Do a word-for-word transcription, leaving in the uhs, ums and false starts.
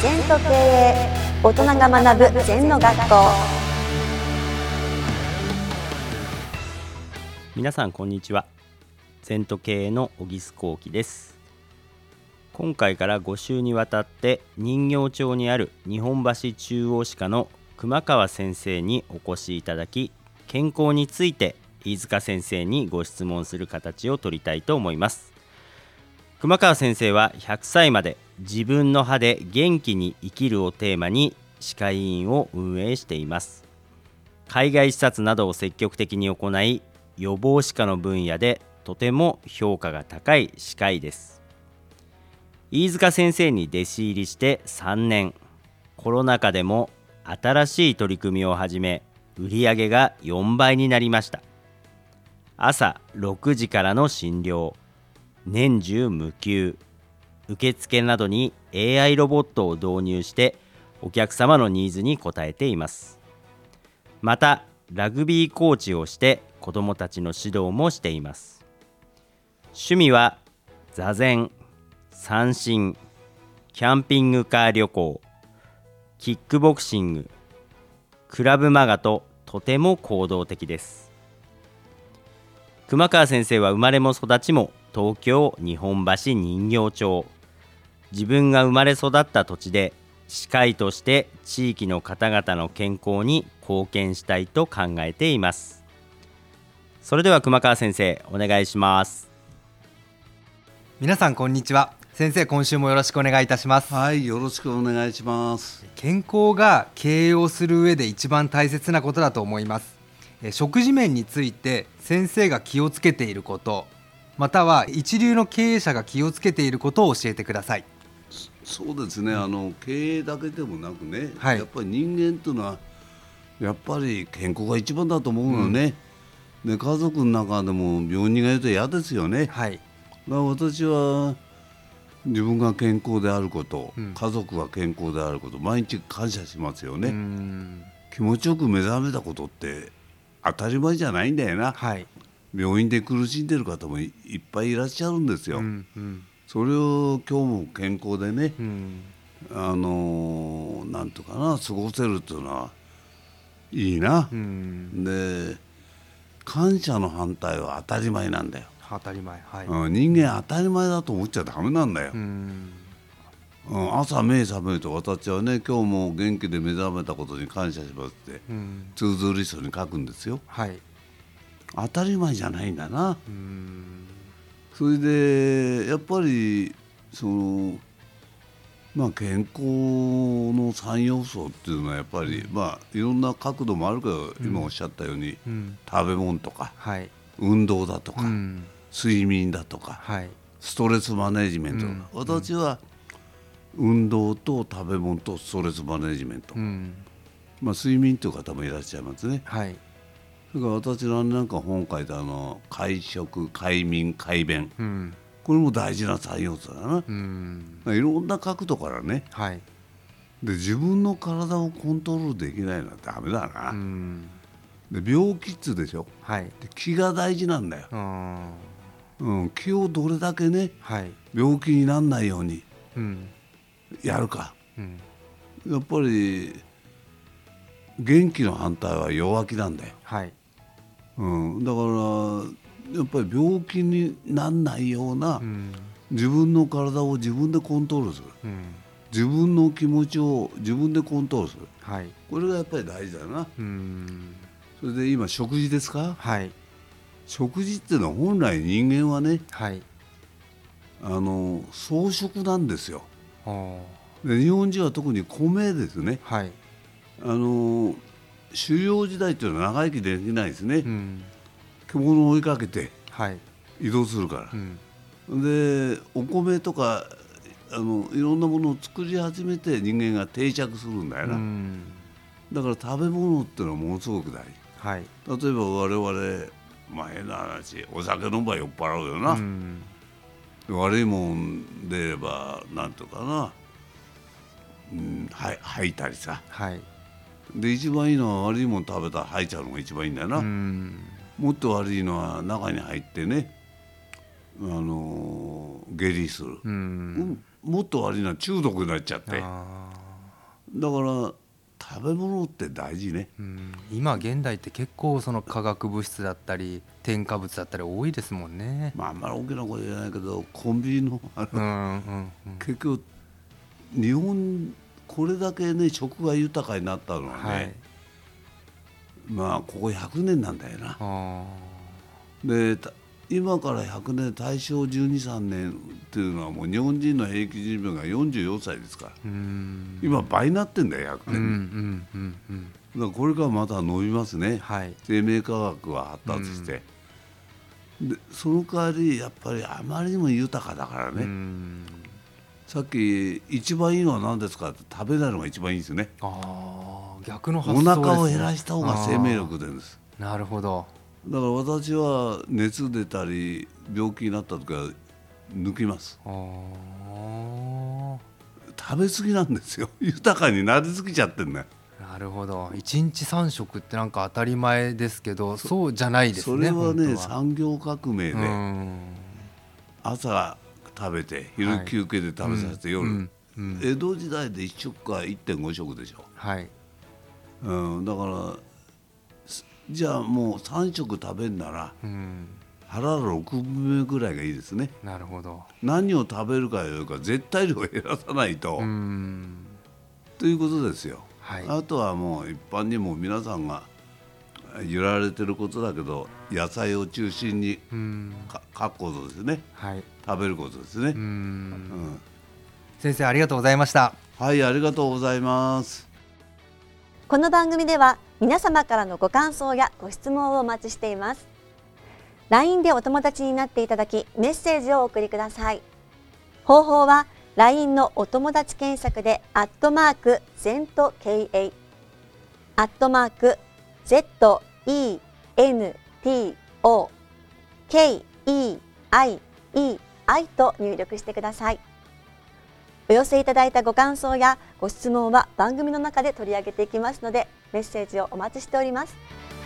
禅と経営、大人が学ぶ禅の学校。 皆さんこんにちは。禅と経営の小木須幸喜です。今回からご週にわたって人形町にある日本橋中央歯科の熊川先生にお越しいただき、健康について飯塚先生にご質問する形を取りたいと思います。熊川先生はひゃくさいまで自分の歯で元気に生きるをテーマに歯科医院を運営しています。海外視察などを積極的に行い、予防歯科の分野でとても評価が高い歯科医です。飯塚先生に弟子入りしてさんねん、コロナ禍でも新しい取り組みを始め、売り上げがよんばいになりました。朝ろくじからの診療、年中無休、受付などに エーアイ ロボットを導入してお客様のニーズに応えています。またラグビーコーチをして子どもたちの指導もしています。趣味は座禅、三振、キャンピングカー旅行、キックボクシング、クラブマガととても行動的です。熊川先生は生まれも育ちも東京日本橋人形町。自分が生まれ育った土地で歯科医として地域の方々の健康に貢献したいと考えています。それでは熊川先生、お願いします。 皆さんこんにちは。先生、今週もよろしくお願いいたします。 はい、よろしくお願いします。 健康が経営をする上で一番大切なことだと思います。え食事面について先生が気をつけていること、または一流の経営者が気をつけていることを教えてください。 そうですね、あの経営だけでもなくね、 はい、 やっぱり人間というのはやっぱり健康が一番だと思うのね、うん、で家族の中でも病人がいると嫌ですよね、 はい、 だから私は自分が健康であること、うん、家族が健康であること、毎日感謝しますよね。うん、気持ちよく目覚めたことって当たり前じゃないんだよな、はい、病院で苦しんでる方も い, いっぱいいらっしゃるんですよ、うんうん、それを今日も健康でね、うん、あのー、なんとかな過ごせるっていうのはいいな、うん、で感謝の反対は当たり前なんだよ。 当たり前、はい、 うん、人間当たり前だと思っちゃダメなんだよ、うんうん、朝目覚めると私はね、今日も元気で目覚めたことに感謝しますって、うん、ツーズーリストに書くんですよ、はい、当たり前じゃないんだな。うん、それでやっぱりその、まあ、健康の三要素っていうのはやっぱり、うん、まあいろんな角度もあるけど、うん、今おっしゃったように、うん、食べ物とか、はい、運動だとか、うん、睡眠だとか、はい、ストレスマネジメント、うん、私は運動と食べ物とストレスマネジメント、うんまあ、睡眠という方もいらっしゃいますね、はい、それから私のなんか本書いたあの会食、快眠、快便、うん、これも大事な三要素だな、うん、いろんな角度からね、はい、で自分の体をコントロールできないのはダメだな、うん、で病気っつうでしょ、はい、で気が大事なんだよ、うん、気をどれだけね、はい、病気にならないようにやるか、うん、やっぱり元気の反対は弱気なんだよ、はいうん、だからやっぱり病気にならないような、うん、自分の体を自分でコントロールする、うん、自分の気持ちを自分でコントロールする、はい、これがやっぱり大事だよな、うん、それで今食事ですか、はい、食事っていうのは本来人間はね、はい、あの草食なんですよ。で日本人は特に米ですね、はい、あの狩猟時代っていうのは長生きできないですね、うん、獣を追いかけて移動するから、はいうん、でお米とかあのいろんなものを作り始めて人間が定着するんだよな、うん、だから食べ物っていうのはものすごく大事、はい、例えば我々、まあ、変な話お酒飲めば酔っ払うよな、うん、悪いもんで言えばなんとかな、うん、は吐いたりさ、はい、で一番いいのは悪いもん食べたら吐いちゃうのが一番いいんだよな、うん、もっと悪いのは中に入ってね、あのー、下痢する、うんもっと悪いのは中毒になっちゃって、だから食べ物って大事ね。 うん、今現代って結構その化学物質だったり添加物だったり多いですもんね。 まああんまり大きな声じゃないけどコンビニのあの、うんうんうん、結局日本これだけね食が豊かになったのはね、はい、まあここひゃくねんなんだよな。で今からひゃくねん大正じゅうに、さんねんっていうのはもう日本人の平均寿命がよんじゅうよんさいですから、うん今倍になってんだよひゃくねん、うんうんうんうん、だからこれからまた伸びますね、はい、生命科学が発達して、うん、でその代わりやっぱりあまりにも豊かだからね、うんさっき一番いいのは何ですかって食べないのが一番いいですね。 あ逆の発想ですね。 お腹を減らした方が生命力出るんです。 なるほど。 だから私は熱出たり病気になった時は抜きます。あ食べ過ぎなんですよ。豊かになりすぎちゃってんね。 なるほど。いちにちさん食ってなんか当たり前ですけどそうじゃないですね。 それはね産業革命で朝食べて昼休憩で食べさせて、はい、夜、うんうん、江戸時代でいっ食か いってんご 食でしょ、はいうん、だからじゃあもうさん食食べるなら、うん、腹ろくぶんめぐらいがいいですね。 なるほど。 何を食べるかよりか絶対量を減らさないとうんということですよ、はい、あとはもう一般にも皆さんが言われてることだけど野菜を中心にか書くことですね、はい、食べることですね。うん、うん、 先生ありがとうございました。 はいありがとうございます。 この番組では皆様からのご感想やご質問をお待ちしています。 ライン でお友達になっていただきメッセージをお送りください。方法は ライン のお友達検索でアットマーク ゼント ケーエー アットマーク ゼット イー エヌ ティー オー ケー イー アイ イー アイ と入力してください。お寄せいただいたご感想やご質問は番組の中で取り上げていきますのでメッセージをお待ちしております。